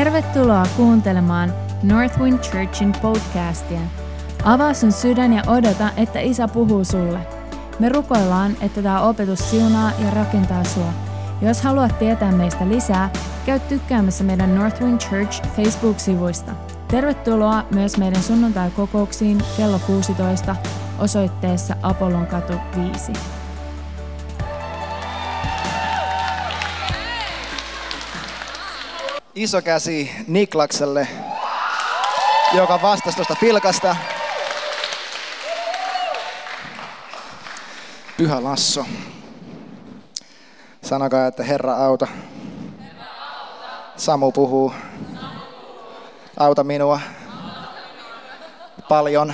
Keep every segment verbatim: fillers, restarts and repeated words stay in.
Tervetuloa kuuntelemaan Northwind Churchin podcastia. Avaa sun sydän ja odota, että Isä puhuu sulle. Me rukoillaan, että tämä opetus siunaa ja rakentaa sua. Jos haluat tietää meistä lisää, käy tykkäämässä meidän Northwind Church Facebook-sivuista. Tervetuloa myös meidän sunnuntai-kokouksiin kello kuusitoista osoitteessa Apollonkatu viisi. Iso käsi Niklakselle, joka vastasi tuosta pilkasta. Pyhä Lasso. Sanokaa, että Herra auta. Samu puhuu. Auta minua. Paljon.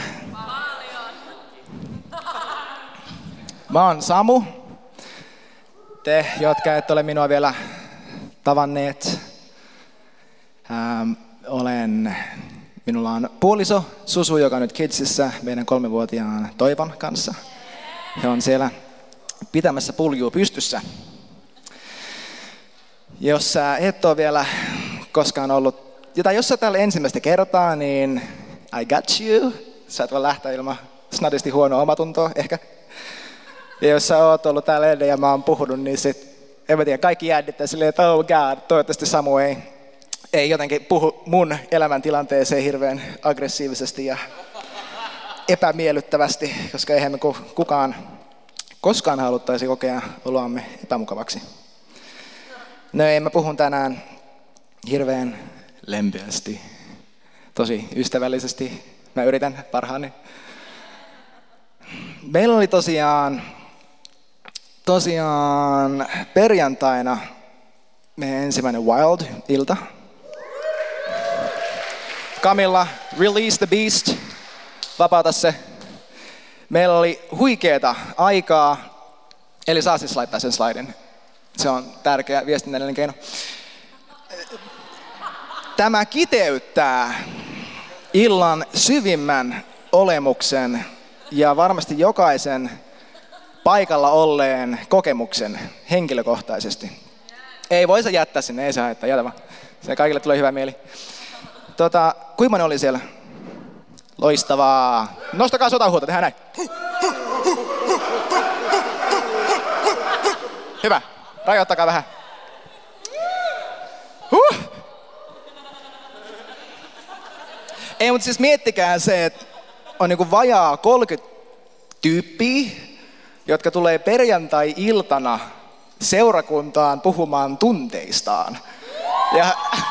Mä oon Samu. Te, jotka et ole minua vielä tavanneet. Ähm, olen, minulla on puoliso Susu, joka on nyt Kidsissä meidän kolmevuotiaan Toivon kanssa. He on siellä pitämässä puljua pystyssä. Jos sä et ole vielä koskaan ollut, tai jos sä täällä ensimmäistä kertaa, niin I got you. Sä et voi lähteä ilman snadisti huonoa omatuntoa ehkä. Ja jos sä oot ollut täällä ennen ja mä oon puhunut, niin sit, en mä tiedä, kaikki jännittää silleen, että oh god, toivottavasti Samu ei, ei jotenkin puhu mun elämäntilanteeseen hirveän aggressiivisesti ja epämiellyttävästi, koska eihän me kukaan koskaan haluttaisi kokea oloamme epämukavaksi. No ei, mä puhun tänään hirveän lempeästi, tosi ystävällisesti. Mä yritän parhaani. Meillä oli tosiaan, tosiaan perjantaina meidän ensimmäinen Wild-ilta. Camilla, release the beast, vapauta se. Meillä oli huikeeta aikaa, eli saa siis laittaa sen slaidin. Se on tärkeä viestinnällinen keino. Tämä kiteyttää illan syvimmän olemuksen ja varmasti jokaisen paikalla olleen kokemuksen henkilökohtaisesti. Ei voi se jättää sinne, ei se haittaa, jätä vaan. Se kaikille tulee hyvä mieli. Tota, kuinka moni oli siellä? Loistavaa. Nostakaa sotahuuta, tehdään näin. Hyvä. Rajoittakaa vähän. Huh. Ei, mutta siis miettikää se, että on niinku vajaa kolmekymmentä tyyppiä, jotka tulee perjantai-iltana seurakuntaan puhumaan tunteistaan. Ja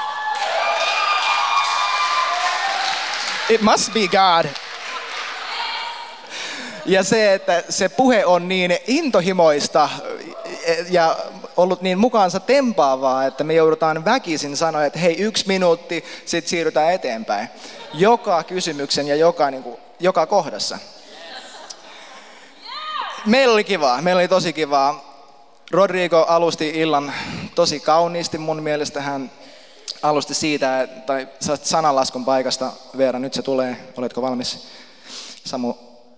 it must be God. Ja se, että se puhe on niin intohimoista ja ollut niin mukaansa tempaavaa, että me joudutaan väkisin sanoa, että hei, yksi minuutti, sitten siirrytään eteenpäin. Joka kysymyksen ja joka, niin kuin, joka kohdassa. Meillä oli kivaa, meillä oli tosi kivaa. Rodrigo alusti illan tosi kauniisti mun mielestä. Hän alusti siitä, tai sananlaskun paikasta. Veera, nyt se tulee. Oletko valmis? Samu.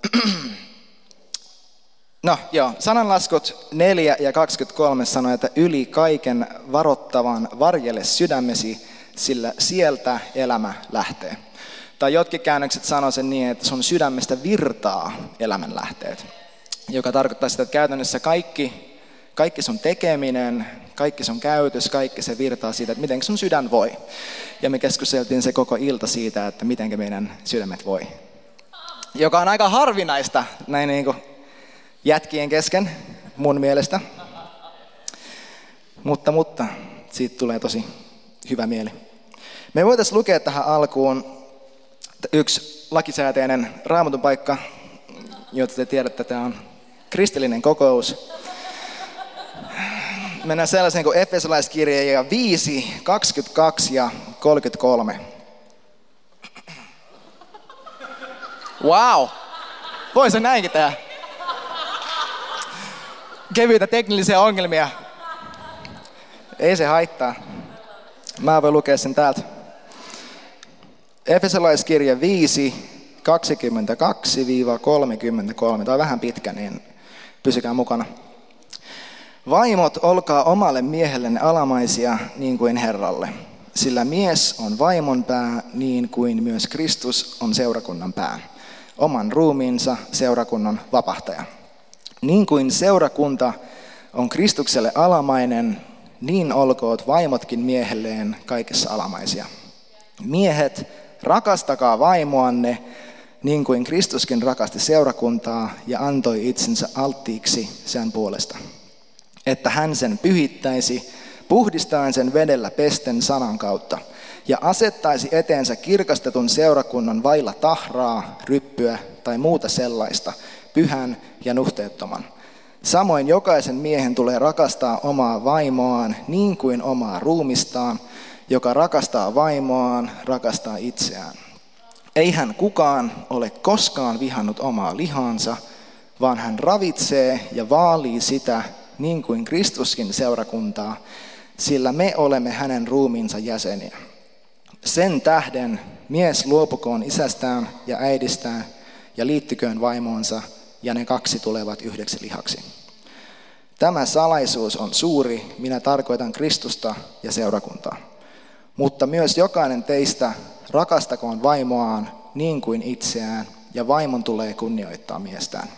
No joo, sananlaskut neljä ja kaksikymmentäkolme sanoo, että yli kaiken varottavan varjele sydämesi, sillä sieltä elämä lähtee. Tai jotkin käännökset sanoo sen niin, että sun sydämestä virtaa elämänlähteet. Joka tarkoittaa sitä, että käytännössä kaikki, kaikki sun tekeminen, kaikki sun käytös, kaikki se virtaa siitä, että miten sun sydän voi. Ja me keskusteltiin se koko ilta siitä, että miten meidän sydämet voi. Joka on aika harvinaista näin niin kuin jätkien kesken, mun mielestä. Mutta, mutta, siitä tulee tosi hyvä mieli. Me voitaisiin lukea tähän alkuun yksi lakisääteinen Raamatun paikka, jotta te tiedätte, että tämä on kristillinen kokous. Mennään sellaiseen kuin Efesolaiskirje ja viisi, kaksikymmentäkaksi ja kolmekymmentäkolme. Wow! Voi se näinkin tehdä. Kevyitä teknillisiä ongelmia. Ei se haittaa. Mä voin lukea sen täältä. Efesolaiskirje viisi, kaksikymmentäkaksi kolmekymmentäkolme. Tämä on vähän pitkä, niin pysykää mukana. Vaimot, olkaa omalle miehellenne alamaisia niin kuin Herralle. Sillä mies on vaimon pää niin kuin myös Kristus on seurakunnan pää, oman ruumiinsa seurakunnan vapahtaja. Niin kuin seurakunta on Kristukselle alamainen, niin olkoot vaimotkin miehelleen kaikessa alamaisia. Miehet, rakastakaa vaimoanne, niin kuin Kristuskin rakasti seurakuntaa ja antoi itsensä alttiiksi sen puolesta, että hän sen pyhittäisi, puhdistaen sen vedellä pesten sanan kautta, ja asettaisi eteensä kirkastetun seurakunnan vailla tahraa, ryppyä tai muuta sellaista, pyhän ja nuhteettoman. Samoin jokaisen miehen tulee rakastaa omaa vaimoaan niin kuin omaa ruumistaan, joka rakastaa vaimoaan, rakastaa itseään. Eihän kukaan ole koskaan vihannut omaa lihaansa, vaan hän ravitsee ja vaalii sitä niin kuin Kristuskin seurakuntaa, sillä me olemme hänen ruumiinsa jäseniä. Sen tähden mies luopukoon isästään ja äidistään ja liittyköön vaimoonsa, ja ne kaksi tulevat yhdeksi lihaksi. Tämä salaisuus on suuri, minä tarkoitan Kristusta ja seurakuntaa. Mutta myös jokainen teistä rakastakoon vaimoaan niin kuin itseään, ja vaimon tulee kunnioittaa miestään.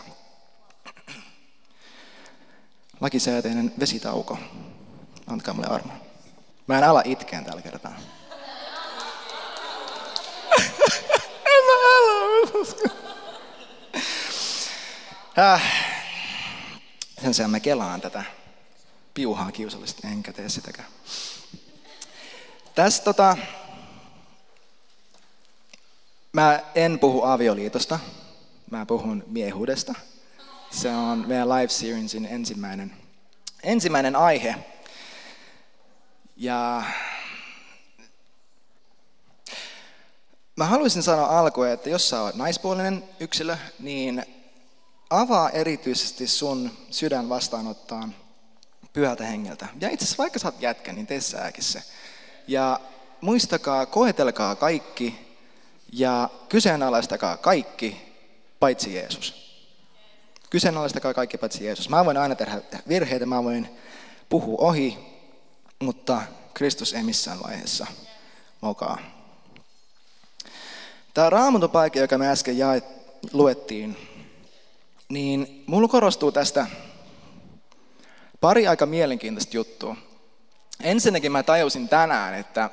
Lakisääteinen vesitauko. Antakaa mulle armo. Mä en ala itkeen tällä kertaa. En mä ala. Äh. Sen sijaan mä kelaan tätä piuhaa kiusallisesti, enkä tee sitäkään. Tässä tota, mä en puhu avioliitosta, mä puhun miehuudesta. Se on meidän Life Seriesin ensimmäinen, ensimmäinen aihe. Ja mä haluaisin sanoa alkuun, että jos sä oot naispuolinen yksilö, niin avaa erityisesti sun sydän vastaanottaan Pyhältä Hengeltä. Ja itse asiassa vaikka sä oot jätkä, niin tee sääkin se. Ja muistakaa, koetelkaa kaikki ja kyseenalaistakaa kaikki paitsi Jeesus. Kyseenalaistakaa kaikki paitsi Jeesus. Mä voin aina tehdä virheitä, mä voin puhua ohi, mutta Kristus ei missään vaiheessa mokaa. Tämä Raamatun paikka, joka me äsken jaet, luettiin, niin mulla korostuu tästä pari aika mielenkiintoista juttua. Ensinnäkin mä tajusin tänään, että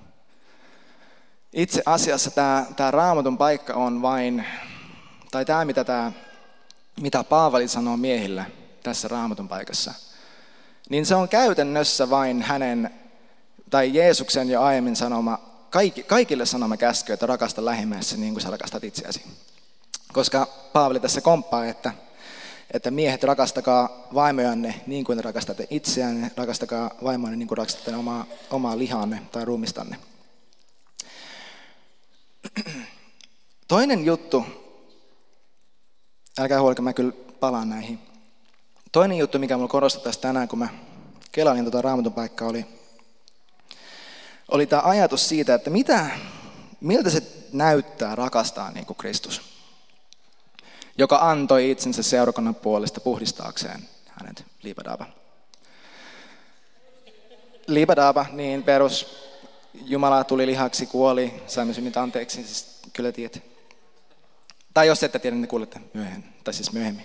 itse asiassa tämä, tämä Raamatun paikka on vain, tai tämä mitä, tämä, mitä Paavali sanoo miehille tässä Raamatun paikassa, niin se on käytännössä vain hänen, tai Jeesuksen jo aiemmin sanoma, kaikki, kaikille sanoma käsky, että rakasta lähimmäisesi niin kuin sä rakastat itseäsi. Koska Paavali tässä komppaa, että, että miehet rakastakaa vaimojanne niin kuin te rakastatte itseänne, rakastakaa vaimoanne niin kuin rakastatte omaa, omaa lihaanne tai ruumistanne. Toinen juttu, älkää huolikaan, mä kyllä palaan näihin. Toinen juttu, mikä mulla korostui tässä tänään, kun mä kelailin tuota Raamatun paikkaa, oli, oli tämä ajatus siitä, että mitä, miltä se näyttää rakastaa niin kuin Kristus, joka antoi itsensä seurakunnan puolesta puhdistaakseen hänet. Liibadaba. Liibadaba, niin perus Jumala tuli lihaksi, kuoli, saimme synnit anteeksi, siis kyllä tiedät. Tai jos ette tiedä, niin kuulette myöhemmin, tai siis myöhemmin.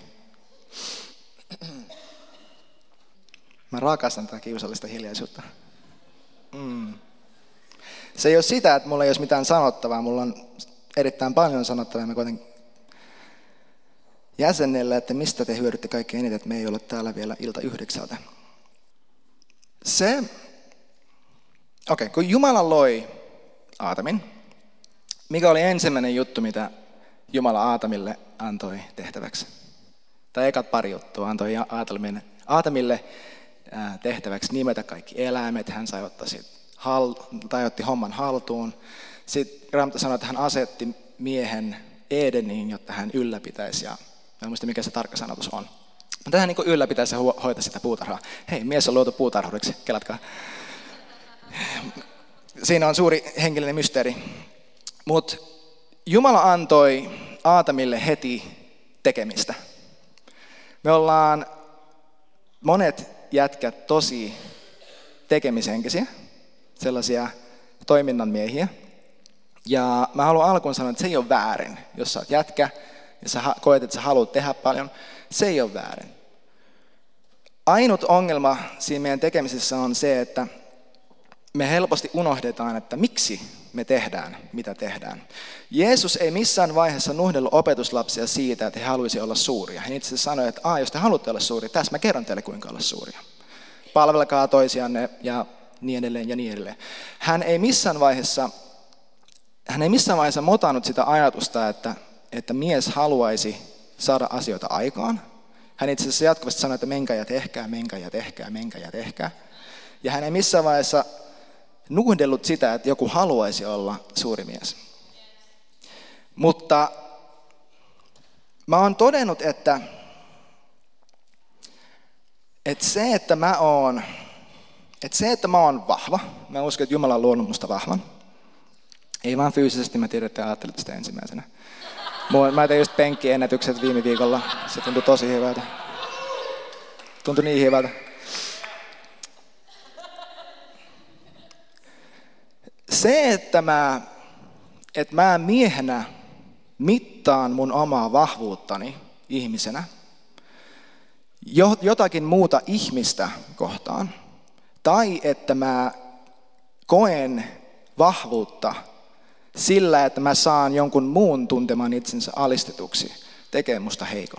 Mä rakastan tätä kiusallista hiljaisuutta. Mm. Se ei ole sitä, että mulla ei olisi mitään sanottavaa, mulla on erittäin paljon sanottavaa. Mä koitan jäsennellä, että mistä te hyödytte kaikkein eniten, että me ei ole täällä vielä ilta yhdeksältä. Se, okei, okay, kun Jumala loi Aatamin, mikä oli ensimmäinen juttu, mitä Jumala Aatamille antoi tehtäväksi? Tai ekat pari juttua antoi Aatamille, Aatamille tehtäväksi nimetä kaikki eläimet, hän sai ottaa siitä, tai otti homman haltuun. Sitten Raamattu sanoi, että hän asetti miehen Edeniin, jotta hän ylläpitäisi, ja en muista mikä se tarkka sanotus on. Mutta hän niin ylläpitäisi ja hoitaisi sitä puutarhaa. Hei, mies on luotu puutarhuriksi, kelatkaa. Siinä on suuri henkilöinen mysteeri. Mutta Jumala antoi Aatamille heti tekemistä. Me ollaan monet jätkät tosi tekemishenkisiä, sellaisia toiminnan miehiä. Ja mä haluan alkuun sanoa, että se ei ole väärin. Jos sä oot jätkä ja sä koet, että sä haluat tehdä paljon, se ei ole väärin. Ainut ongelma siinä meidän tekemisessä on se, että me helposti unohdetaan, että miksi me tehdään, mitä tehdään. Jeesus ei missään vaiheessa nuhdellut opetuslapsia siitä, että he haluaisivat olla suuria. Hän itse asiassa sanoi, että Aa, jos te haluatte olla suuria, tässä mä kerron teille, kuinka olla suuria. Palvelkaa toisianne ja niin edelleen ja niin edelleen. Hän ei missään vaiheessa, hän ei missään vaiheessa motannut sitä ajatusta, että, että mies haluaisi saada asioita aikaan. Hän itse asiassa jatkuvasti sanoi, että menkää ja tehkää, menkää ja tehkää, menkää ja tehkää. Ja hän ei missään vaiheessa nuhdellut sitä, että joku haluaisi olla suuri mies. Mutta mä oon todennut, että, että se, että mä oon, että se, että mä oon vahva, mä uskon, että Jumala on luonut musta vahvan. Ei vaan fyysisesti, mä tiedän, että ajattelit sitä ensimmäisenä. Mä tein just penkkiennätykset viime viikolla. Se tuntui tosi hyvältä. Tuntui niin hyvältä. Se, että mä, että mä miehenä mittaan mun omaa vahvuuttani ihmisenä jotakin muuta ihmistä kohtaan, tai että mä koen vahvuutta sillä, että mä saan jonkun muun tuntemaan itsensä alistetuksi, tekee musta heikon.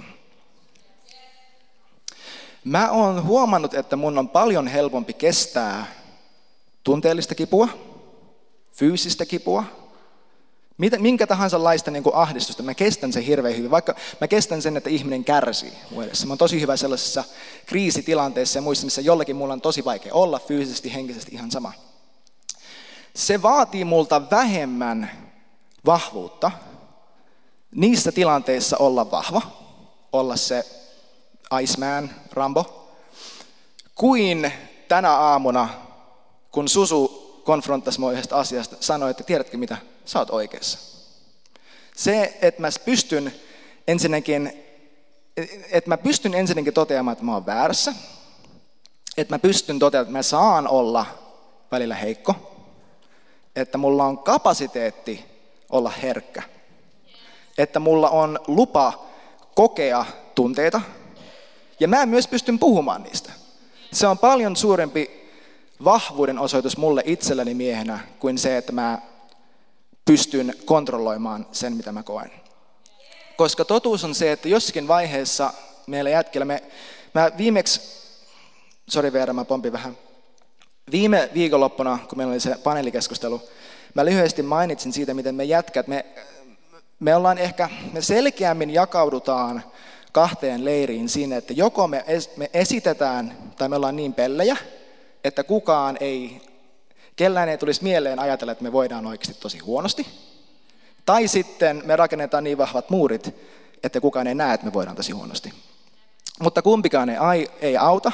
Mä oon huomannut, että mun on paljon helpompi kestää tunteellista kipua, fyysistä kipua, minkä tahansa laista niin kuin ahdistusta. Mä kestän sen hirveän hyvin, vaikka mä kestän sen, että ihminen kärsii mun edessä. Mä oon tosi hyvä sellaisessa kriisitilanteessa ja muissa, missä jollakin mulla on tosi vaikea olla fyysisesti, henkisesti ihan sama. Se vaatii multa vähemmän vahvuutta niissä tilanteissa olla vahva, olla se Iceman, Rambo, kuin tänä aamuna, kun Susu konfronttasi mua yhdestä asiasta, sanoi, että tiedätkö mitä, sä oot oikeassa. Se, että mä pystyn ensinnäkin, että mä pystyn ensinnäkin toteamaan, että mä oon väärässä, että mä pystyn toteamaan, että mä saan olla välillä heikko, että mulla on kapasiteetti olla herkkä, että mulla on lupa kokea tunteita, ja mä myös pystyn puhumaan niistä. Se on paljon suurempi vahvuuden osoitus mulle itselleni miehenä kuin se, että mä pystyn kontrolloimaan sen, mitä mä koen. Koska totuus on se, että jossakin vaiheessa meillä jätkillä, me, mä viimeksi, sori Veera, mä pompin vähän, viime viikonloppuna, kun meillä oli se paneelikeskustelu, mä lyhyesti mainitsin siitä, miten me jätkät, me, me ollaan ehkä, me selkeämmin jakaudutaan kahteen leiriin siinä, että joko me, es, me esitetään, tai me ollaan niin pellejä, että kukaan ei, kellään ei tulisi mieleen ajatella, että me voidaan oikeasti tosi huonosti. Tai sitten me rakennetaan niin vahvat muurit, että kukaan ei näe, että me voidaan tosi huonosti. Mutta kumpikaan ei, ei auta.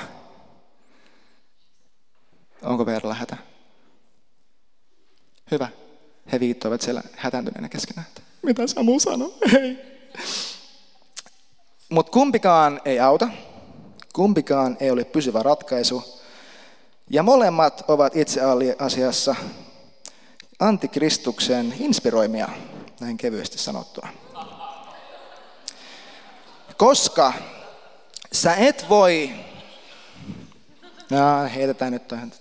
Onko Veeralla hätä? Hyvä. He viittoivat siellä hätääntyneenä keskenään. Mitä Samu sanoi? Ei. Mutta kumpikaan ei auta. Kumpikaan ei ole pysyvä ratkaisu. Ja molemmat ovat itse asiassa antikristuksen inspiroimia, näin kevyesti sanottua. Koska sä et voi, no, heitetään nyt tähän.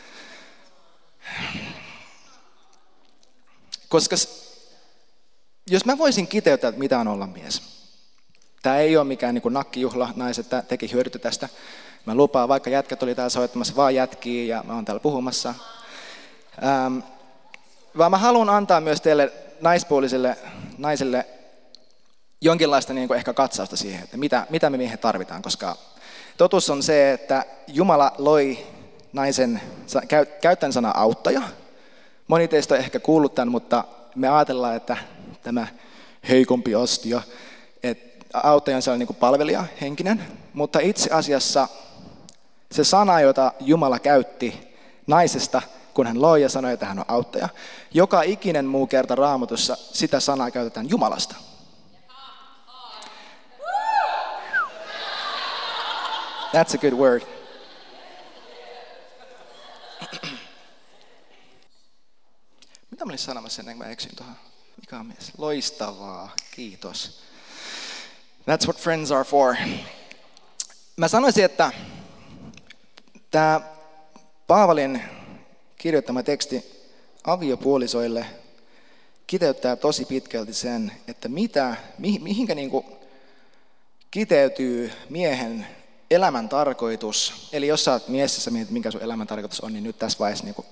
Koska jos mä voisin kiteyttää, että mitä on olla mies. Tämä ei ole mikään niin kuin nakkijuhla, naiset teki hyödytty tästä. Mä lupaan, vaikka jätkät oli täällä soittamassa, vaan jätkiä ja mä oon täällä puhumassa. Ähm, vaan mä haluan antaa myös teille naispuolisille naisille jonkinlaista niin kuin ehkä katsausta siihen, että mitä, mitä me miehet tarvitaan. Koska totuus on se, että Jumala loi naisen, käytän sanaa auttaja. Moni teistä on ehkä kuullut tämän, mutta me ajatellaan, että tämä heikompi astia, että auttaja on sellainen niin kuin palvelija, henkinen. Mutta itse asiassa se sana, jota Jumala käytti naisesta, kun hän loi ja sanoi, että hän on auttaja, joka ikinen muu kerta Raamatussa sitä sanaa käytetään Jumalasta. That's a good word. Mitä mä olin sanomassa ennen kuin mä eksyin tuohon? Mikä on mies? Loistavaa, kiitos. That's what friends are for. Mä sanoisin, että tämä Paavalin kirjoittama teksti aviopuolisoille kiteyttää tosi pitkälti sen, että mitä, mihinkä niin kuin kiteytyy miehen elämän tarkoitus. Eli jos sä oot mies ja sä mietit, mikä sun elämän tarkoitus on, niin nyt tässä vaiheessa niin kuin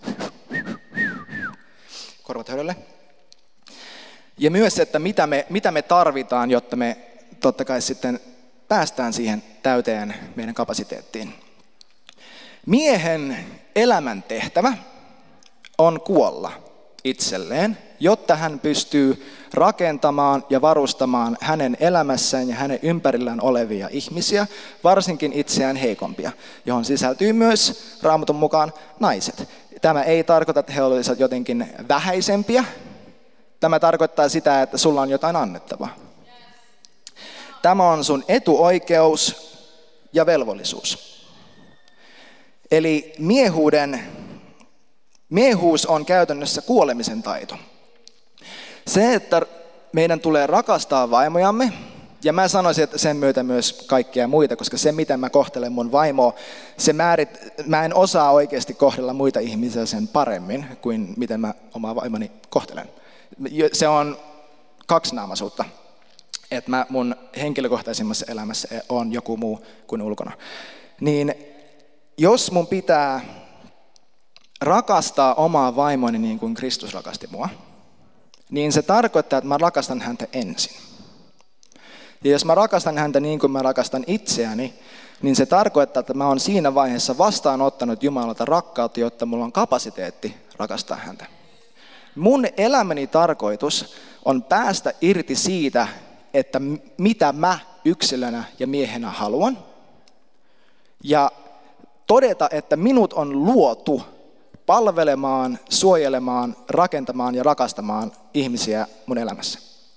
korvat höylälle. Ja myös, että mitä me, mitä me tarvitaan, jotta me totta kai sitten päästään siihen täyteen meidän kapasiteettiin. Miehen elämän tehtävä on kuolla itselleen, jotta hän pystyy rakentamaan ja varustamaan hänen elämässään ja hänen ympärillään olevia ihmisiä, varsinkin itseään heikompia, johon sisältyy myös Raamatun mukaan naiset. Tämä ei tarkoita, että he olisivat jotenkin vähäisempiä. Tämä tarkoittaa sitä, että sulla on jotain annettavaa. Tämä on sun etuoikeus ja velvollisuus. Eli miehuuden, miehuus on käytännössä kuolemisen taito. Se, että meidän tulee rakastaa vaimojamme, ja mä sanoisin, että sen myötä myös kaikkia muita, koska se, miten mä kohtelen mun vaimoa, se määrit, mä en osaa oikeasti kohdella muita ihmisiä sen paremmin kuin miten mä omaa vaimoni kohtelen. Se on kaksinaamaisuutta, että mä mun henkilökohtaisimmassa elämässä on joku muu kuin ulkona. Niin jos mun pitää rakastaa omaa vaimoni niin kuin Kristus rakasti mua, niin se tarkoittaa, että mä rakastan häntä ensin. Ja jos mä rakastan häntä niin kuin mä rakastan itseäni, niin se tarkoittaa, että mä oon siinä vaiheessa vastaanottanut Jumalalta rakkautta, jotta mulla on kapasiteetti rakastaa häntä. Mun elämäni tarkoitus on päästä irti siitä, että mitä mä yksilönä ja miehenä haluan. Ja todeta, että minut on luotu palvelemaan, suojelemaan, rakentamaan ja rakastamaan ihmisiä mun elämässä.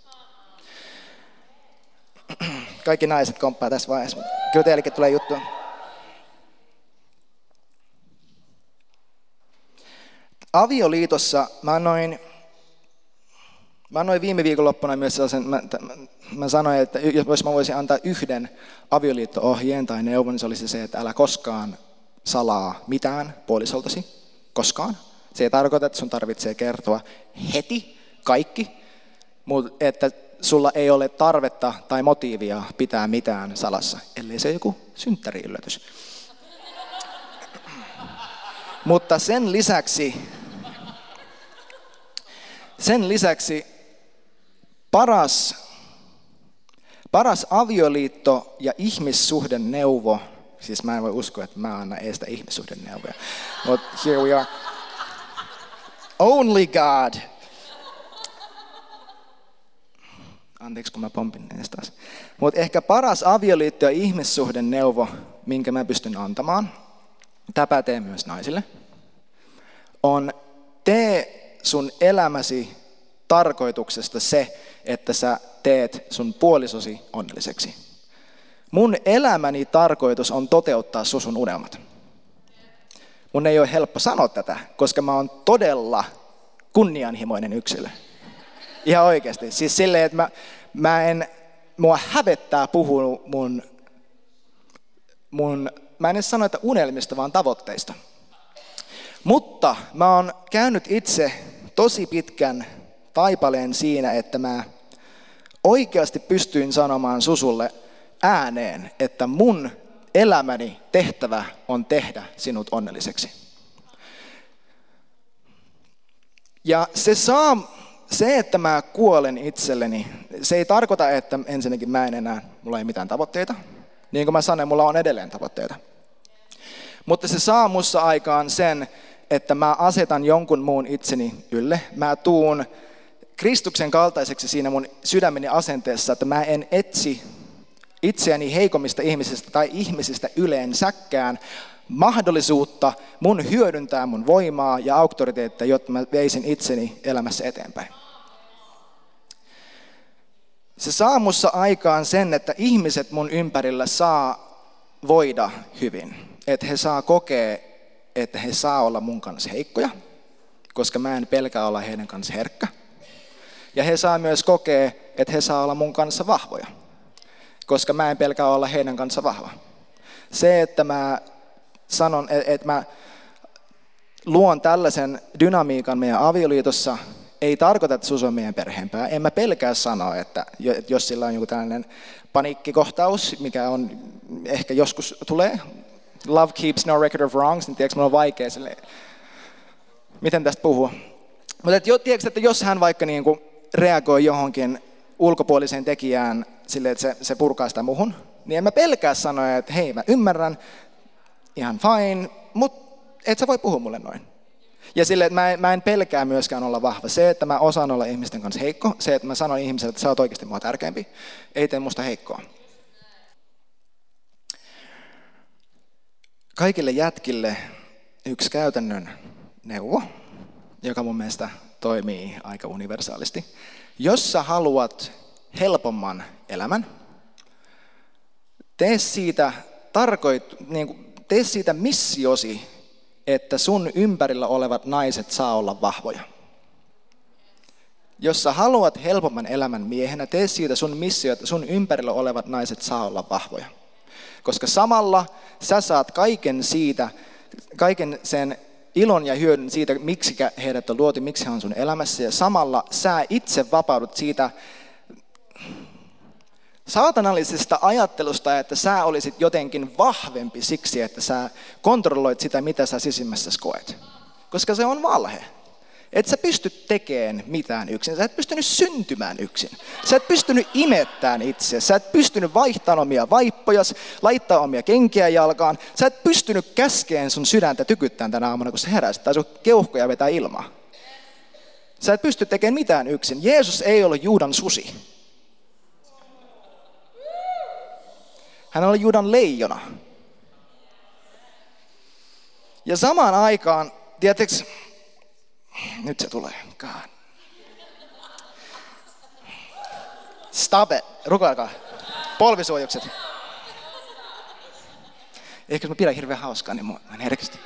Kaikki naiset komppaa tässä vaiheessa, mutta kyllä teillekin tulee juttua. Avioliitossa mä annoin, mä annoin viime viikonloppuna myös sellaisen, mä, mä sanoin, että jos mä voisin antaa yhden avioliitto-ohjeen tai neuvon, niin se olisi se, että älä koskaan salaa mitään puolisoltasi, koskaan. Se ei tarkoita, että sun tarvitsee kertoa heti kaikki, mutta että sulla ei ole tarvetta tai motiivia pitää mitään salassa, ellei se joku synttäri-yllätys. Mutta sen lisäksi, sen lisäksi paras, paras avioliitto ja ihmissuhdeneuvo, siis mä en voi uskoa, että mä annan eestä ihmissuhdenneuvoja, mutta here we are. Only God. Anteeksi, kun mä pompin ees taas. Mutta ehkä paras avioliitto ja ihmissuhdenneuvo, minkä mä pystyn antamaan, tämä pätee myös naisille, on tee sun elämäsi tarkoituksesta se, että sä teet sun puolisosi onnelliseksi. Mun elämäni tarkoitus on toteuttaa sun unelmat. Mun ei ole helppo sanoa tätä, koska mä oon todella kunnianhimoinen yksilö. Ihan oikeasti. Siis silleen, että mä, mä en, mua hävettää puhua mun, mun, mä en edes sano, että unelmista, vaan tavoitteista. Mutta mä oon käynyt itse tosi pitkän taipaleen siinä, että mä oikeasti pystyin sanomaan Susulle ääneen, että mun elämäni tehtävä on tehdä sinut onnelliseksi. Ja se saa, se, että mä kuolen itselleni, se ei tarkoita, että ensinnäkin mä en enää, mulla ei mitään tavoitteita. Niin kuin mä sanoin, mulla on edelleen tavoitteita. Mutta se saa mussa aikaan sen, että mä asetan jonkun muun itseni ylle. Mä tuun Kristuksen kaltaiseksi siinä mun sydämeni asenteessa, että mä en etsi itseäni heikommista ihmisistä tai ihmisistä yleensäkään mahdollisuutta mun hyödyntää mun voimaa ja auktoriteettia, jotta mä veisin itseni elämässä eteenpäin. Se saa mussa aikaan sen, että ihmiset mun ympärillä saa voida hyvin. Että he saa kokea, että he saa olla mun kanssa heikkoja, koska mä en pelkää olla heidän kanssa herkkä. Ja he saa myös kokea, että he saa olla mun kanssa vahvoja, koska mä en pelkää olla heidän kanssa vahva. Se, että mä sanon, että mä luon tällaisen dynamiikan meidän avioliitossa, ei tarkoita, että Susu on meidän perheenpää. En mä pelkää sanoa, että jos sillä on joku tällainen paniikkikohtaus, mikä on ehkä joskus tulee, love keeps no record of wrongs, niin tiedätkö, mulla on vaikea silleen, miten tästä puhua. Mutta tiedätkö, että jos hän vaikka niin kuin reagoi johonkin ulkopuoliseen tekijään silleen, että se, se purkaa sitä muhun, niin en mä pelkää sanoa, että hei, mä ymmärrän, ihan fine, mutta et sä voi puhua mulle noin. Ja silleen, että mä en, mä en pelkää myöskään olla vahva. Se, että mä osaan olla ihmisten kanssa heikko, se, että mä sanon ihmiselle, että sä oot oikeasti mua tärkeämpi, ei tee musta heikkoa. Kaikille jätkille yksi käytännön neuvo, joka mun mielestä toimii aika universaalisti. Jos sä haluat helpomman elämän, tee siitä, tarkoit, niin kuin, tee siitä missiosi, että sun ympärillä olevat naiset saa olla vahvoja. Jos sä haluat helpomman elämän miehenä, tee siitä sun missio, että sun ympärillä olevat naiset saa olla vahvoja. Koska samalla sä saat kaiken siitä, kaiken sen ilon ja hyödyn siitä, miksi heidät on luotu, miksi he on sun elämässä. Ja samalla sä itse vapaudut siitä saatanallisesta ajattelusta, että sä olisit jotenkin vahvempi siksi, että sä kontrolloit sitä, mitä sä sisimmässäsi koet. Koska se on valhe. Et sä pysty tekemään mitään yksin. Sä et pystynyt syntymään yksin. Sä et pystynyt imettämään itse. Sä et pystynyt vaihtamaan omia vaippojas, laittaa omia kenkiä jalkaan. Sä et pystynyt käskeen sun sydäntä tykyttämään tänä aamuna, kun sä heräsit, tai sun keuhkoja vetää ilmaa. Sä et pysty tekemään mitään yksin. Jeesus ei ollut Juudan susi. Hän oli Juudan leijona. Ja samaan aikaan, tiedätkö, nyt se tulee. God. Stop it. Rukoilkaa. Polvisuojukset. Ehkä jos mä pidän hirveän hauskaa, niin mä en herkisty.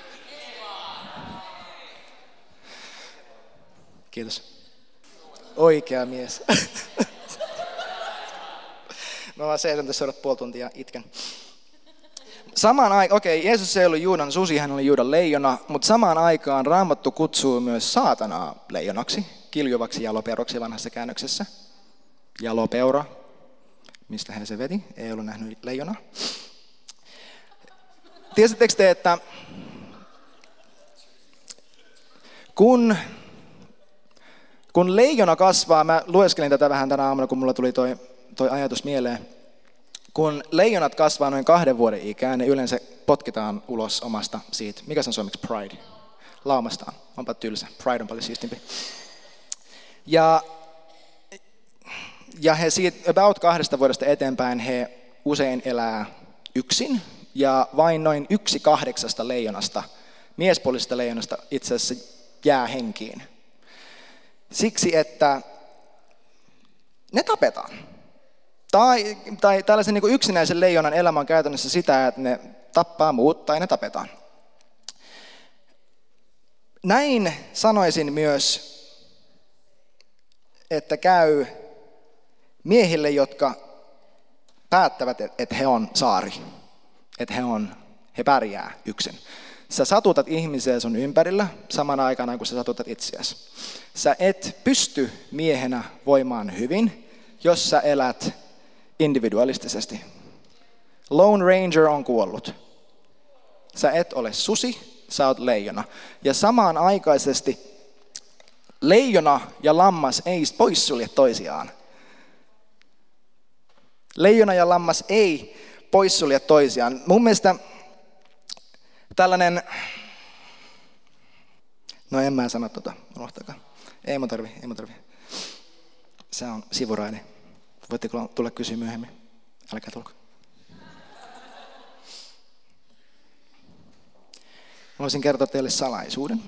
Kiitos. Oikea mies. Mä vaan seison tässä seuraavat puoli tuntia ja itken. Samaan aikaan, okei, okay, Jeesus ei ollut Juudan susi, hän oli Juudan leijona, mutta samaan aikaan Raamattu kutsuu myös saatanaa leijonaksi, kiljuvaksi jalopeuroksi vanhassa käännöksessä. Jalopeura, mistä hän se veti, ei ollut nähnyt leijonaa. Tiesittekö te, että kun, kun leijona kasvaa, mä lueskelin tätä vähän tänä aamuna, kun mulla tuli toi, toi ajatus mieleen. Kun leijonat kasvaa noin kahden vuoden ikään, ne yleensä potkitaan ulos omasta siitä. Mikä se on suomeksi? Pride. Laumastaan. Onpa tylsä. Pride on paljon siistimpi. Ja, ja he siitä about kahdesta vuodesta eteenpäin he usein elää yksin. Ja vain noin yksi kahdeksasta leijonasta, miespuolisesta leijonasta itse asiassa jää henkiin. Siksi, että ne tapetaan. Tai, tai tällaisen niin kuin yksinäisen leijonan elämä on käytännössä sitä, että ne tappaa muut tai ne tapetaan. Näin sanoisin myös, että käy miehille, jotka päättävät, että he on saari, että he, on, he pärjää yksin. Sä satutat ihmisiä sun ympärillä samana aikana, kun sä satutat itseäsi. Sä et pysty miehenä voimaan hyvin, jos sä elät individualistisesti. Lone Ranger on kuollut. Sä et ole susi, sä oot leijona. Ja samaan aikaisesti leijona ja lammas ei poissulje toisiaan. Leijona ja lammas ei poissulje toisiaan. Mun mielestä tällainen, no en mä sano tota, unohtakaa. Ei mun tarvi, ei mun tarvi. Se on sivuraide. Voitte tulla kysyä myöhemmin. Älkää tulko. Mä voisin kertoa teille salaisuuden.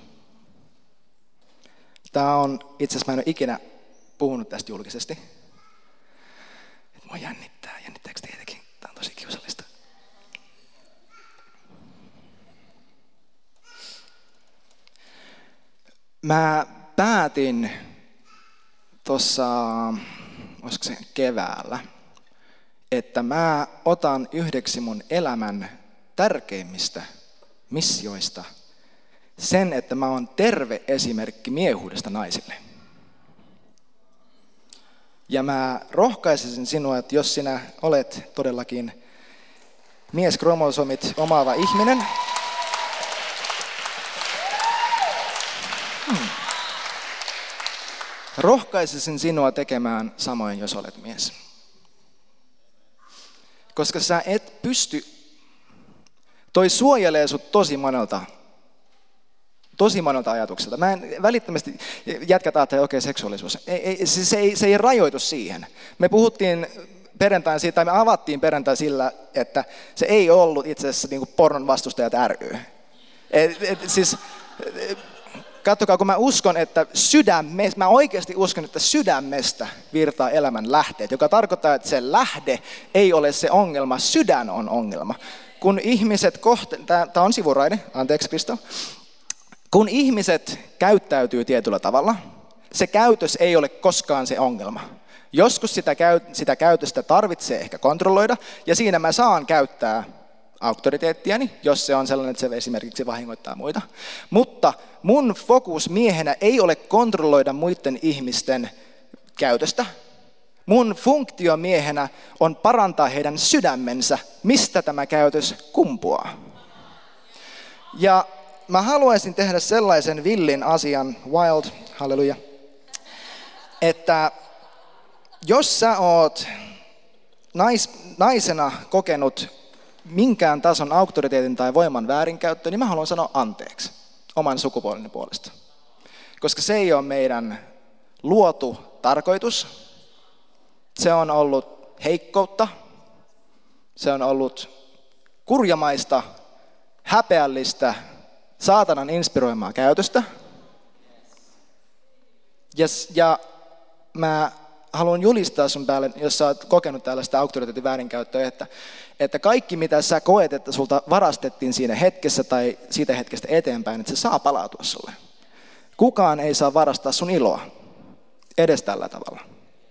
Tää on, itse asiassa mä en ole ikinä puhunut tästä julkisesti. Mua jännittää, jännittääkö teitäkin? Tää on tosi kiusallista. Mä päätin tuossa, olisiko se keväällä, että mä otan yhdeksi mun elämän tärkeimmistä missioista sen, että mä oon terve esimerkki miehuudesta naisille. Ja mä rohkaisisin sinua, että jos sinä olet todellakin mieskromosomit omaava ihminen, hmm, rohkaisisin sinua tekemään samoin, jos olet mies. Koska sä et pysty, toi suojelee sut tosi monelta, tosi monelta ajatukselta. Mä en välittömästi jätkät ajattelee, okei, okay, seksuaalisuus. Ei, ei, se, se, ei, se ei rajoitu siihen. Me puhuttiin perjantain siitä, tai me avattiin perjantai sillä, että se ei ollut itse asiassa niin kuin pornon vastustajat ry. Et, et, siis, katsokaa, kun mä uskon, että sydämestä, mä oikeasti uskon, että sydämestä virtaa elämän lähteet, joka tarkoittaa, että se lähde ei ole se ongelma, sydän on ongelma. Kun ihmiset kohte, tämä on sivuraide, anteeksi Kristo, kun ihmiset käyttäytyy tietyllä tavalla, se käytös ei ole koskaan se ongelma. Joskus sitä, käy, sitä käytöstä tarvitsee ehkä kontrolloida, ja siinä mä saan käyttää auktoriteettiani, jos se on sellainen, että se esimerkiksi vahingoittaa muita. Mutta mun fokus miehenä ei ole kontrolloida muiden ihmisten käytöstä. Mun funktio miehenä on parantaa heidän sydämensä, mistä tämä käytös kumpuaa. Ja mä haluaisin tehdä sellaisen villin asian, wild, halleluja, että jos sä oot nais, naisena kokenut minkään tason auktoriteetin tai voiman väärinkäyttöä, niin mä haluan sanoa anteeksi oman sukupuoleni puolesta. Koska se ei ole meidän luotu tarkoitus. Se on ollut heikkoutta. Se on ollut kurjamaista, häpeällistä, saatanan inspiroimaa käytöstä. Ja, ja mä haluan julistaa sun päälle, jos sä oot kokenut tällaista auktoriteetin väärinkäyttöä, että, että kaikki mitä sä koet, että sulta varastettiin siinä hetkessä tai siitä hetkestä eteenpäin, että se saa palautua sulle. Kukaan ei saa varastaa sun iloa, edes tällä tavalla.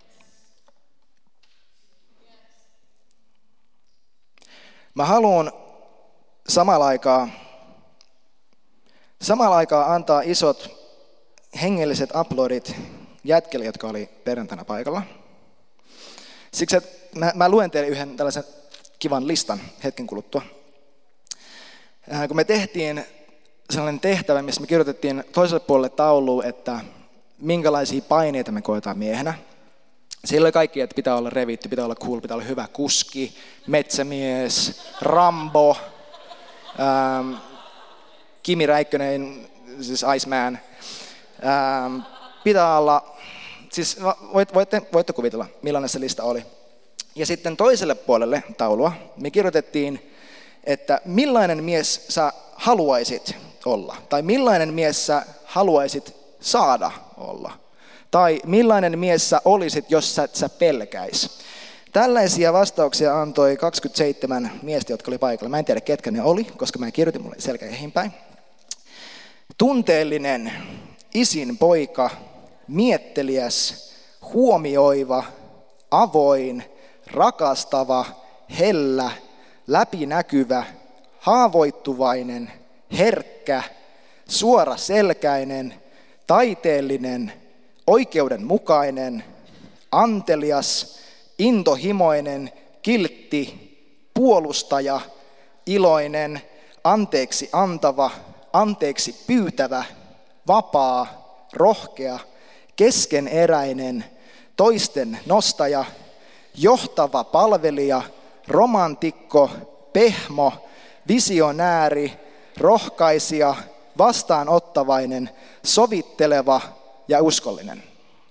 Mä haluan samalla aikaa, samalla aikaa antaa isot hengelliset aplodit jätkille, jotka oli perjantaina paikalla. Siksi, että mä, mä luen teille yhden tällaisen kivan listan hetken kuluttua. Äh, kun me tehtiin sellainen tehtävä, missä me kirjoitettiin toiselle puolelle tauluun, että minkälaisia paineita me koetaan miehenä. Siellä oli kaikki, että pitää olla revitty, pitää olla cool, pitää olla hyvä kuski, metsämies, Rambo, ähm, Kimi Räikkönen, siis Iceman. Ähm, pitää olla, siis voitte, voitte kuvitella, millainen se lista oli. Ja sitten toiselle puolelle taulua me kirjoitettiin, että millainen mies sä haluaisit olla, tai millainen mies sä haluaisit saada olla, tai millainen mies sä olisit, jos sä et sä pelkäis. Tällaisia vastauksia antoi kaksikymmentäseitsemän miestä, jotka oli paikalla. Mä en tiedä, ketkä ne oli, koska mä kirjoitin mulle selkäihin päin. Tunteellinen, isin poika, mietteliäs, huomioiva, avoin, rakastava, hellä, läpinäkyvä, haavoittuvainen, herkkä, suoraselkäinen, taiteellinen, oikeudenmukainen, antelias, intohimoinen, kiltti, puolustaja, iloinen, anteeksi antava, anteeksi pyytävä, vapaa, rohkea, keskeneräinen, toisten nostaja, johtava palvelija, romantikko, pehmo, visionääri, rohkaisija, vastaanottavainen, sovitteleva ja uskollinen.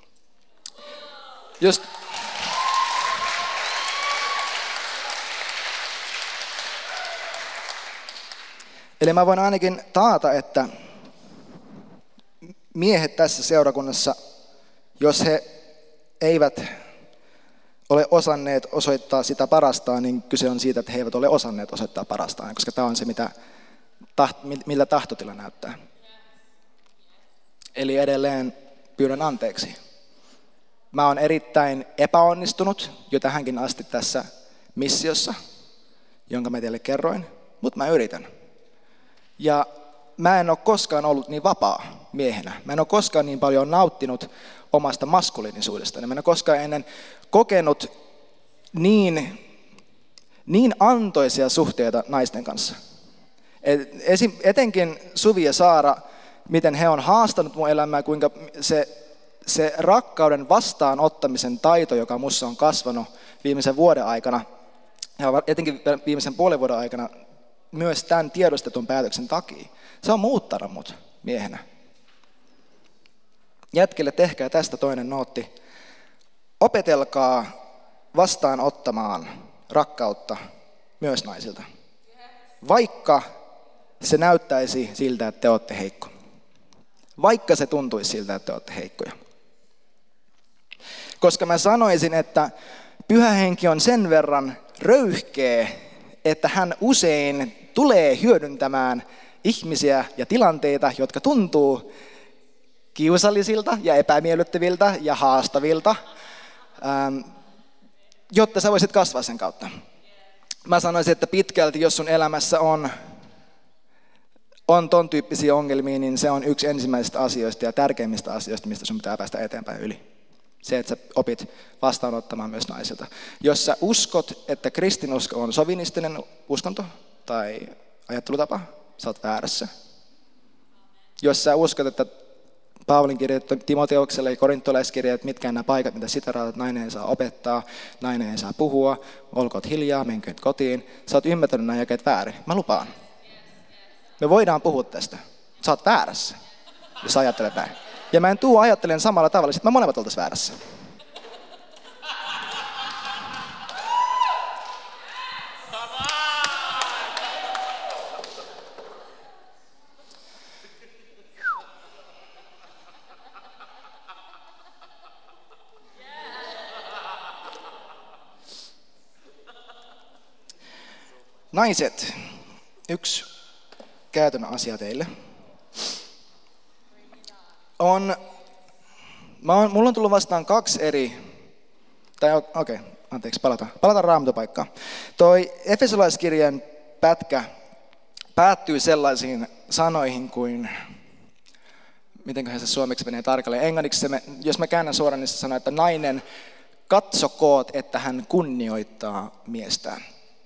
Just Eli mä voin ainakin taata, että miehet tässä seurakunnassa, jos he eivät ole osanneet osoittaa sitä parastaan, niin kyse on siitä, että he eivät ole osanneet osoittaa parastaan, koska tämä on se, mitä taht, millä tahtotila näyttää. Eli edelleen pyydän anteeksi. Mä oon erittäin epäonnistunut jo tähänkin asti tässä missiossa, jonka mä teille kerroin, mutta mä yritän. Ja mä en ole koskaan ollut niin vapaa miehenä. Mä en ole koskaan niin paljon nauttinut omasta maskuliinisuudesta. Mä en ole koskaan ennen kokenut niin, niin antoisia suhteita naisten kanssa. Et esim, etenkin Suvi ja Saara, miten he on haastanut mun elämää, kuinka se, se rakkauden vastaanottamisen taito, joka mussa on kasvanut viimeisen vuoden aikana, ja etenkin viimeisen puolen vuoden aikana, myös tämän tiedostetun päätöksen takia. Se on muuttanut mut miehenä. Jätkille tehkää tästä toinen nootti. Opetelkaa vastaanottamaan rakkautta myös naisilta. Vaikka se näyttäisi siltä, että te olette heikko. Vaikka se tuntuisi siltä, että te olette heikkoja. Koska mä sanoisin, että Pyhä Henki on sen verran röyhkeä, että hän usein tulee hyödyntämään ihmisiä ja tilanteita, jotka tuntuu kiusallisilta ja epämiellyttäviltä ja haastavilta, ähm, jotta sä voisit kasvaa sen kautta. Mä sanoisin, että pitkälti, jos sun elämässä on, on ton tyyppisiä ongelmia, niin se on yksi ensimmäisistä asioista ja tärkeimmistä asioista, mistä sun pitää päästä eteenpäin yli. Se, että sä opit vastaanottamaan myös naisilta. Jos sä uskot, että kristinusko on sovinistinen uskonto tai ajattelutapa, sä oot väärässä. Jos sä uskot, että Paavalin kirja Timoteukselle ja korintolaiskirja, että mitkään nämä paikat, mitä siteraat, että nainen ei saa opettaa, nainen ei saa puhua, olkoot hiljaa, menkööt kotiin. Sä oot ymmärtänyt nämä jakeet väärin. Mä lupaan. Me voidaan puhua tästä. Sä oot väärässä, jos ajattelet näin. Ja mä en tuu ajattelen samalla tavalla, sit mä molemmat oltais väärässä. Naiset, yksi käytännön asia teille. On, mä on, mulla on tullut vastaan kaksi eri, tai okei, okay, anteeksi, palataan, palataan Raamattupaikkaan. Toi Efesolaiskirjan pätkä päättyy sellaisiin sanoihin kuin, mitenköhän se suomeksi menee tarkalleen, englanniksi, se me, jos mä käännän suoraan, niin se sanoo, että nainen katsokoot, että hän kunnioittaa miestään.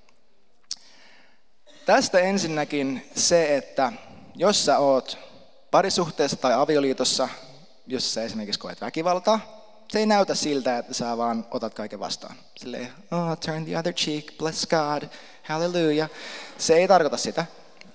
Tästä ensinnäkin se, että jos sä oot parisuhteessa tai avioliitossa, jos sä esimerkiksi koet väkivaltaa, se ei näytä siltä, että sä vaan otat kaiken vastaan. Silleen, oh, turn the other cheek, bless God, hallelujah. Se ei tarkoita sitä.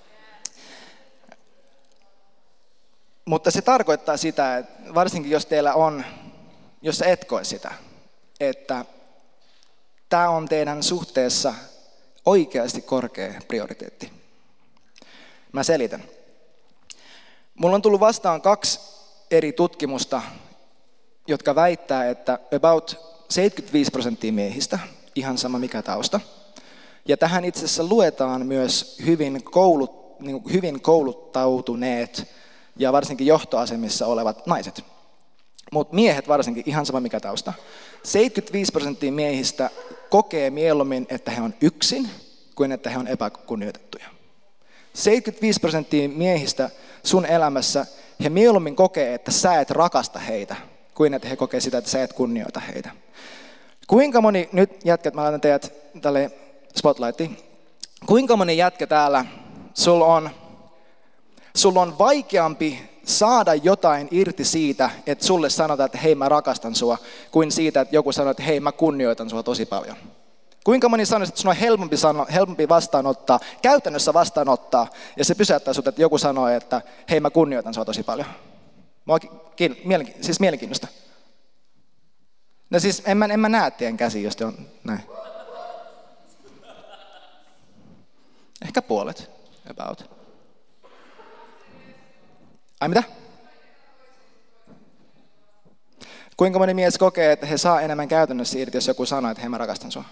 Mutta se tarkoittaa sitä, että varsinkin jos teillä on, jos sä et koe sitä, että tämä on teidän suhteessa oikeasti korkea prioriteetti. Mä selitän. Mulla on tullut vastaan kaksi eri tutkimusta, jotka väittää, että about seitsemänkymmentäviisi prosenttia miehistä, ihan sama mikä tausta. Ja tähän itse asiassa luetaan myös hyvin, koulut, niin kuin hyvin kouluttautuneet ja varsinkin johtoasemissa olevat naiset. Mutta miehet varsinkin, ihan sama mikä tausta. seitsemänkymmentäviisi prosenttia miehistä kokee mieluummin, että he on yksin, kuin että he on epäkunnioitettuja. seitsemänkymmentäviisi prosenttia miehistä sun elämässä, he mieluummin kokee, että sä et rakasta heitä, kuin että he kokee sitä, että sä et kunnioita heitä. Kuinka moni, nyt jätkät, mä laitan teidät tälle spotlightiin. Kuinka moni jätkä täällä, sulla on, sulla on vaikeampi saada jotain irti siitä, että sulle sanotaan, että hei mä rakastan sua, kuin siitä, että joku sanoo, että hei mä kunnioitan sua tosi paljon. Kuinka moni sanoisi, että sun on helpompi, sano, helpompi vastaanottaa, käytännössä vastaanottaa, ja se pysäyttää sut, että joku sanoo, että hei mä kunnioitan sua tosi paljon. Mua kiin, mielenki, siis mielenkiintoista. No siis en mä, en mä näe teidän käsiä, jos te on näin. Ehkä puolet, about. Ai mitä? Kuinka moni mies kokee, että he saa enemmän käytännössä irti, jos joku sanoo, että hei mä rakastan sua?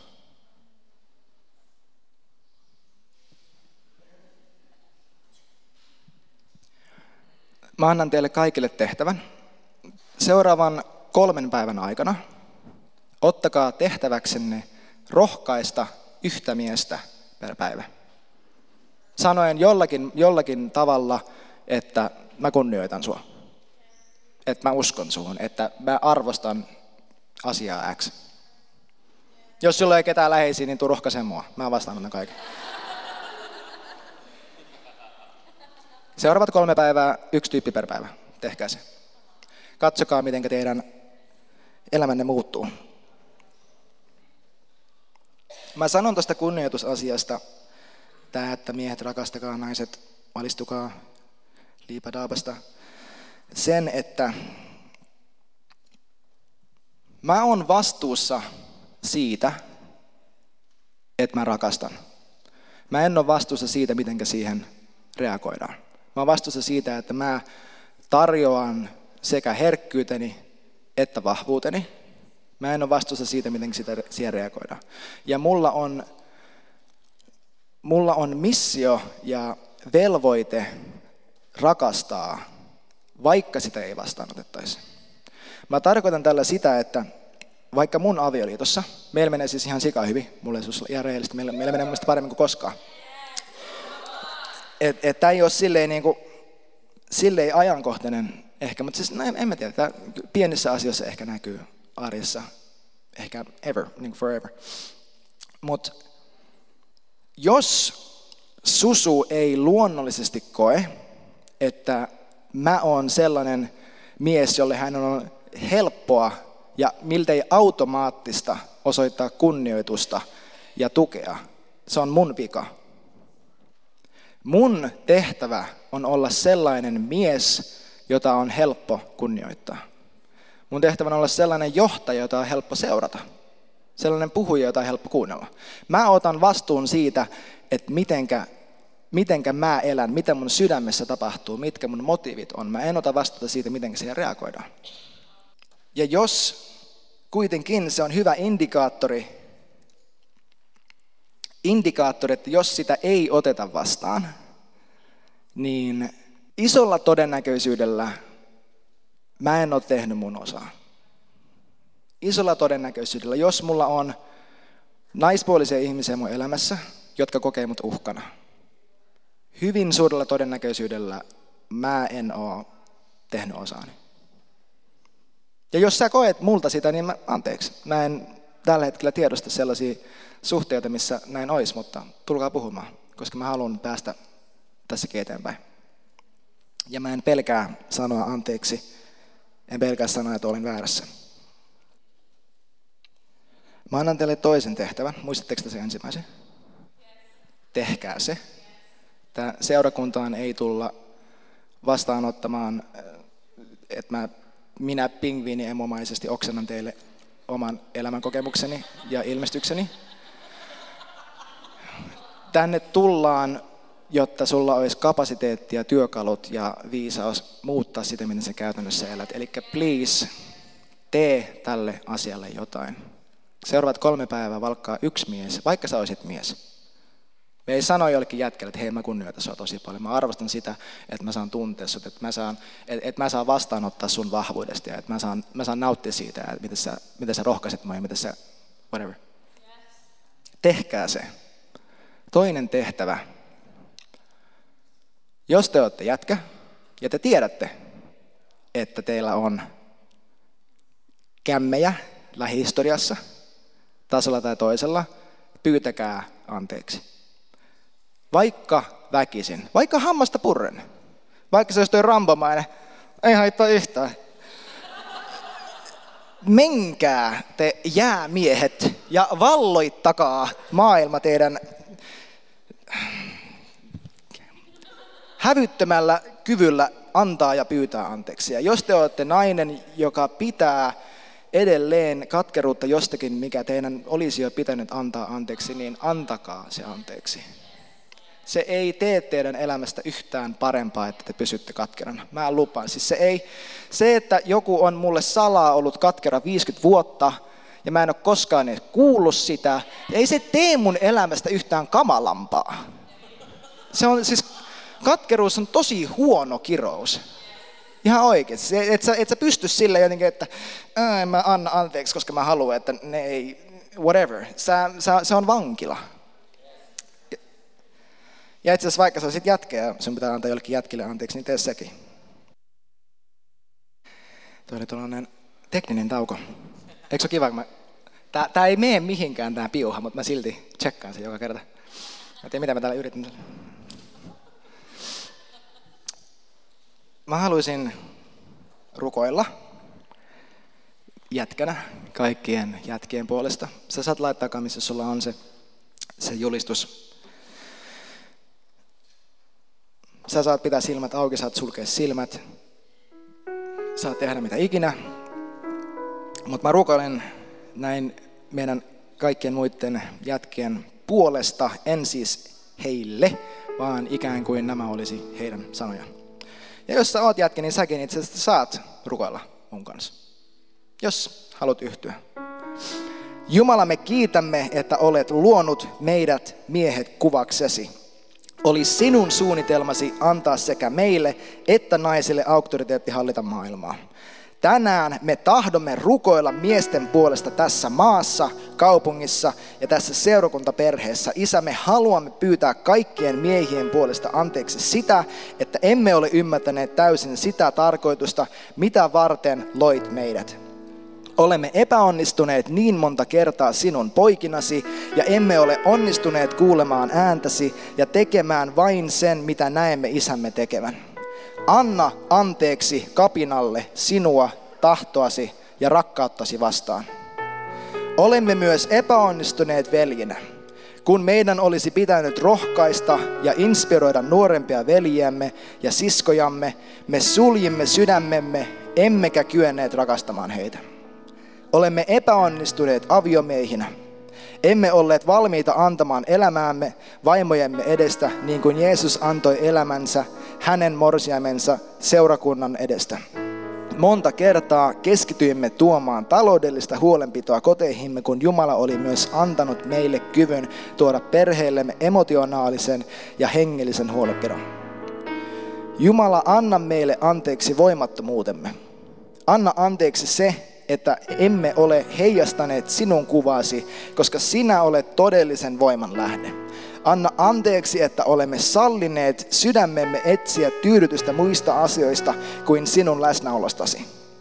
Mä annan teille kaikille tehtävän. Seuraavan kolmen päivän aikana ottakaa tehtäväksenne rohkaista yhtä miestä per päivä. Sanoen jollakin, jollakin tavalla, että mä kunnioitan sua. Että mä uskon suhun, että mä arvostan asiaa X. Jos sulla ei ketään läheisiä, niin tuu rohkaiseen mua. Mä vastaan kaiken. Seuraavat kolme päivää, yksi tyyppi per päivä. Tehkää se. Katsokaa, miten teidän elämänne muuttuu. Mä sanon tuosta kunnioitusasiasta, tää, että miehet rakastakaa, naiset valistukaa, liipadaapasta, sen, että mä oon vastuussa siitä, että mä rakastan. Mä en ole vastuussa siitä, miten siihen reagoidaan. Mä oon vastuussa siitä, että mä tarjoan sekä herkkyyteni että vahvuuteni. Mä en ole vastuussa siitä, miten sitä, siihen reagoidaan. Ja mulla on, mulla on missio ja velvoite rakastaa, vaikka sitä ei vastaanotettaisi. Mä tarkoitan tällä sitä, että vaikka mun avioliitossa, meillä menee siis ihan sika hyvin, mulla ei sulla ihan rehellisesti, meillä, meillä menee mun mielestä paremmin kuin koskaan. Että et, tää ei ole silleen, niin kuin, silleen ajankohtainen ehkä, mutta siis no, en, en mä tiedä, tää pienissä asioissa ehkä näkyy arjessa, ehkä ever, niin kuin forever. Mutta jos Susu ei luonnollisesti koe, että mä oon sellainen mies, jolle hän on helppoa ja miltei automaattista osoittaa kunnioitusta ja tukea, se on mun vika. Mun tehtävä on olla sellainen mies, jota on helppo kunnioittaa. Mun tehtävä on olla sellainen johtaja, jota on helppo seurata. Sellainen puhuja, jota on helppo kuunnella. Mä otan vastuun siitä, että mitenkä, mitenkä mä elän, mitä mun sydämessä tapahtuu, mitkä mun motiivit on. Mä en ota vastuuta siitä, miten siihen reagoidaan. Ja jos kuitenkin se on hyvä indikaattori, indikaattori, että jos sitä ei oteta vastaan, niin isolla todennäköisyydellä mä en ole tehnyt mun osaa. Isolla todennäköisyydellä, jos mulla on naispuolisia ihmisiä mun elämässä, jotka kokee mut uhkana. Hyvin suurella todennäköisyydellä mä en ole tehnyt osaani. Ja jos sä koet multa sitä, niin mä, anteeksi. Mä en tällä hetkellä tiedosta sellaisia suhteita, missä näin olisi, mutta tulkaa puhumaan, koska mä haluan päästä tässäkin eteenpäin. Ja mä en pelkää sanoa anteeksi, en pelkää sanoa, että olin väärässä. Mä annan teille toisen tehtävän. Muistatteko te se ensimmäisen? Tehkää se. Tää seurakuntaan ei tulla vastaanottamaan, että mä, minä pingviiniemomaisesti oksennan teille oman elämänkokemukseni ja ilmestykseni. Tänne tullaan, jotta sulla olisi kapasiteetti ja työkalut ja viisaus muuttaa sitä, miten sä käytännössä elät. Eli please, tee tälle asialle jotain. Seuraavat kolme päivää valkkaa yksi mies, vaikka sä olisit mies. Me ei sano jollekin jätkelle, että hei, mä kunnioitan sua tosi paljon. Mä arvostan sitä, että mä saan tuntea sut, että mä saan, että, että mä saan vastaanottaa sun vahvuudesta ja että mä saan, mä saan nauttia siitä, että miten sä, miten sä rohkaiset mua ja miten sä, whatever. Tehkää se. Toinen tehtävä. Jos te olette jätkä ja te tiedätte, että teillä on kämmejä lähihistoriassa, tasolla tai toisella, pyytäkää anteeksi. Vaikka väkisin, vaikka hammasta purren, vaikka se olisi toi rambomainen, ei haittaa yhtään. Menkää te jäämiehet ja valloittakaa maailma teidän hävyttömällä kyvyllä antaa ja pyytää anteeksi. Ja jos te olette nainen, joka pitää edelleen katkeruutta jostakin, mikä teidän olisi jo pitänyt antaa anteeksi, niin antakaa se anteeksi. Se ei tee teidän elämästä yhtään parempaa, että te pysytte katkerana. Mä lupaan. Siis se, ei, se, että joku on mulle salaa ollut katkera viisikymmentä vuotta, ja mä en ole koskaan edes kuullut sitä, ei se tee mun elämästä yhtään kamalampaa. Se on siis, katkeruus on tosi huono kirous. Ihan oikein. Et sä, et sä pysty sille jotenkin, että en mä anna anteeksi, koska mä haluan, että ne ei, whatever. Sä, sä, se on vankila. Ja itse asiassa vaikka sä olisit jätkä ja sun pitää antaa jollekin jätkille anteeksi, niin tee sekin. Tuo oli tuollainen tekninen tauko. Eikö se ole kiva, kun mä... Tää, tää ei mene mihinkään tää piuha, mutta mä silti tsekkaan sen joka kerta. Mä tiedän, mitä mä täällä yritän. Mä haluaisin rukoilla jätkänä kaikkien jätkien puolesta. Sä saat laittaa, missä sulla on se, se julistus. Sä saat pitää silmät auki, saat sulkea silmät. Saat tehdä mitä ikinä. Mutta mä rukoilen näin meidän kaikkien muiden jätkien puolesta, en siis heille, vaan ikään kuin nämä olisi heidän sanoja. Ja jos sä oot jätkä, niin säkin itse asiassa saat rukoilla mun kanssa, jos haluat yhtyä. Jumala, me kiitämme, että olet luonut meidät miehet kuvaksesi. Oli sinun suunnitelmasi antaa sekä meille että naisille auktoriteetti hallita maailmaa. Tänään me tahdomme rukoilla miesten puolesta tässä maassa, kaupungissa ja tässä seurakuntaperheessä. Isä, me haluamme pyytää kaikkien miehien puolesta anteeksi sitä, että emme ole ymmärtäneet täysin sitä tarkoitusta, mitä varten loit meidät. Olemme epäonnistuneet niin monta kertaa sinun poikinasi ja emme ole onnistuneet kuulemaan ääntäsi ja tekemään vain sen, mitä näemme isämme tekevän. Anna anteeksi kapinalle sinua, tahtoasi ja rakkauttasi vastaan. Olemme myös epäonnistuneet veljinä. Kun meidän olisi pitänyt rohkaista ja inspiroida nuorempia veljiämme ja siskojamme, me suljimme sydämemme, emmekä kyenneet rakastamaan heitä. Olemme epäonnistuneet aviomiehinä. Emme olleet valmiita antamaan elämäämme vaimojemme edestä, niin kuin Jeesus antoi elämänsä hänen morsiamensa seurakunnan edestä. Monta kertaa keskityimme tuomaan taloudellista huolenpitoa koteihimme, kun Jumala oli myös antanut meille kyvyn tuoda perheellemme emotionaalisen ja hengellisen huolenpidon. Jumala, anna meille anteeksi voimattomuutemme. Anna anteeksi se, että emme ole heijastaneet sinun kuvasi, koska sinä olet todellisen voiman lähde. Anna anteeksi, että olemme sallineet sydämemme etsiä tyydytystä muista asioista kuin sinun läsnäolostasi.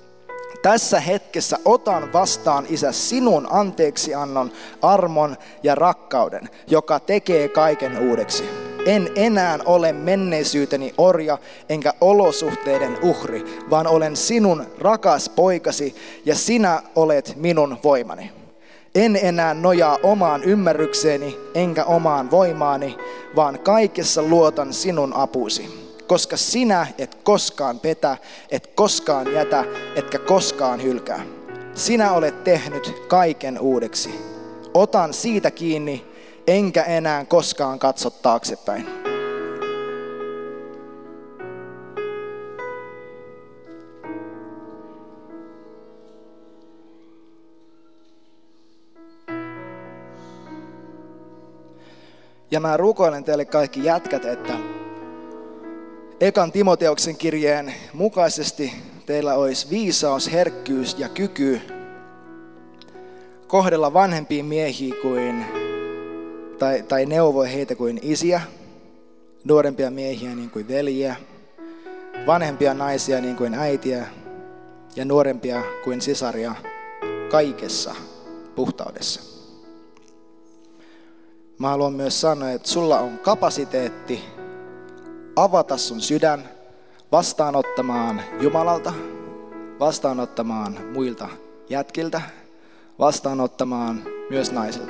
Tässä hetkessä otan vastaan, Isä, sinun anteeksiannon, armon ja rakkauden, joka tekee kaiken uudeksi. En enää ole menneisyyteni orja enkä olosuhteiden uhri, vaan olen sinun rakas poikasi ja sinä olet minun voimani. En enää nojaa omaan ymmärrykseeni enkä omaan voimaani, vaan kaikessa luotan sinun apuusi. Koska sinä et koskaan petä, et koskaan jätä, etkä koskaan hylkää. Sinä olet tehnyt kaiken uudeksi. Otan siitä kiinni, enkä enää koskaan katso taaksepäin. Ja mä rukoilen teille kaikki jätkät, että ekan Timoteuksen kirjeen mukaisesti teillä olisi viisaus, herkkyys ja kyky kohdella vanhempia miehiä kuin, tai, tai neuvoa heitä kuin isiä, nuorempia miehiä niin kuin veljiä, vanhempia naisia niin kuin äitiä ja nuorempia kuin sisaria kaikessa puhtaudessa. Mä haluan myös sanoa, että sulla on kapasiteetti avata sun sydän vastaanottamaan Jumalalta, vastaanottamaan muilta jätkiltä, vastaanottamaan myös naisilta.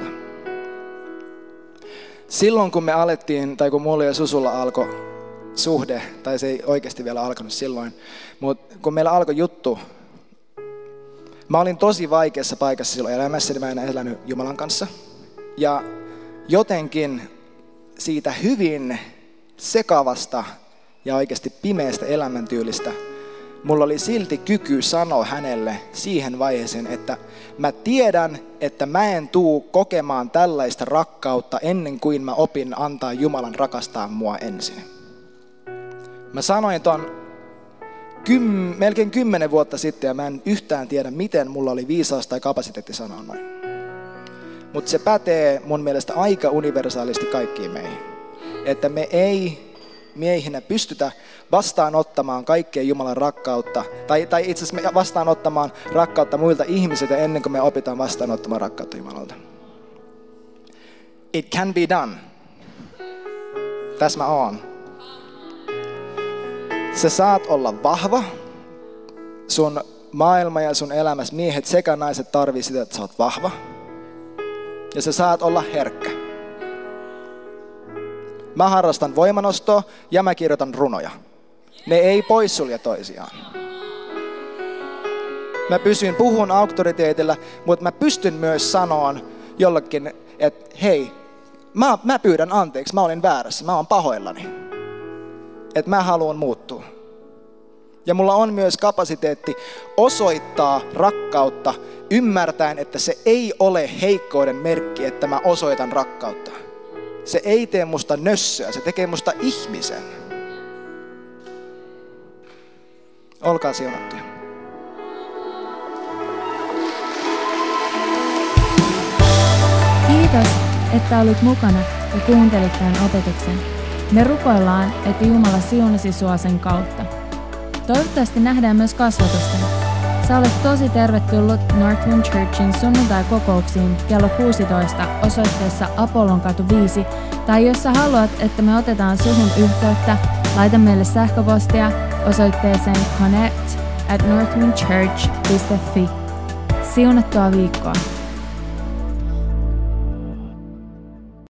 Silloin kun me alettiin, tai kun mulla ja Susulla alkoi suhde, tai se ei oikeasti vielä alkanut silloin, mutta kun meillä alkoi juttu, mä olin tosi vaikeassa paikassa silloin elämässäni, mä en elänyt Jumalan kanssa. Ja jotenkin siitä hyvin sekavasta ja oikeasti pimeästä elämäntyylistä mulla oli silti kyky sanoa hänelle siihen vaiheeseen, että mä tiedän, että mä en tuu kokemaan tällaista rakkautta ennen kuin mä opin antaa Jumalan rakastaa mua ensin. Mä sanoin ton kym, melkein kymmenen vuotta sitten ja mä en yhtään tiedä, miten mulla oli viisaus tai kapasiteetti sanoa noin. Mutta se pätee mun mielestä aika universaalisti kaikkiin meihin. Että me ei miehinä pystytä vastaanottamaan kaikkea Jumalan rakkautta, tai, tai itse asiassa vastaanottamaan rakkautta muilta ihmisiltä ennen kuin me opitaan vastaanottamaan rakkautta Jumalalta. It can be done. Tässä mä oon. Sä saat olla vahva. Sun maailma ja sun elämässä miehet sekä naiset tarvii sitä, että sä oot vahva. Ja sä saat olla herkkä. Mä harrastan voimanostoa ja mä kirjoitan runoja. Ne ei poissulje toisiaan. Mä pysyn puhun auktoriteetilla, mutta mä pystyn myös sanomaan jollekin, että hei, mä, mä pyydän anteeksi, mä olin väärässä, mä oon pahoillani. Että mä haluan muuttua. Ja mulla on myös kapasiteetti osoittaa rakkautta, ymmärtäen, että se ei ole heikkouden merkki, että mä osoitan rakkautta. Se ei tee musta nössöä, se tekee musta ihmisen. Olkaa siunattuja. Kiitos, että olit mukana ja kuuntelit tämän opetuksen. Me rukoillaan, että Jumala siunasi sua sen kautta. Toivottavasti nähdään myös kasvatusten. Sä olet tosi tervetullut Northwind Churchin sunnuntai-kokouksiin kello kuusitoista osoitteessa Apollonkatu viisi, tai jos sä haluat, että me otetaan suhun yhteyttä, laita meille sähköpostia osoitteeseen connect at northwindchurch piste fi. Siunattua viikkoa!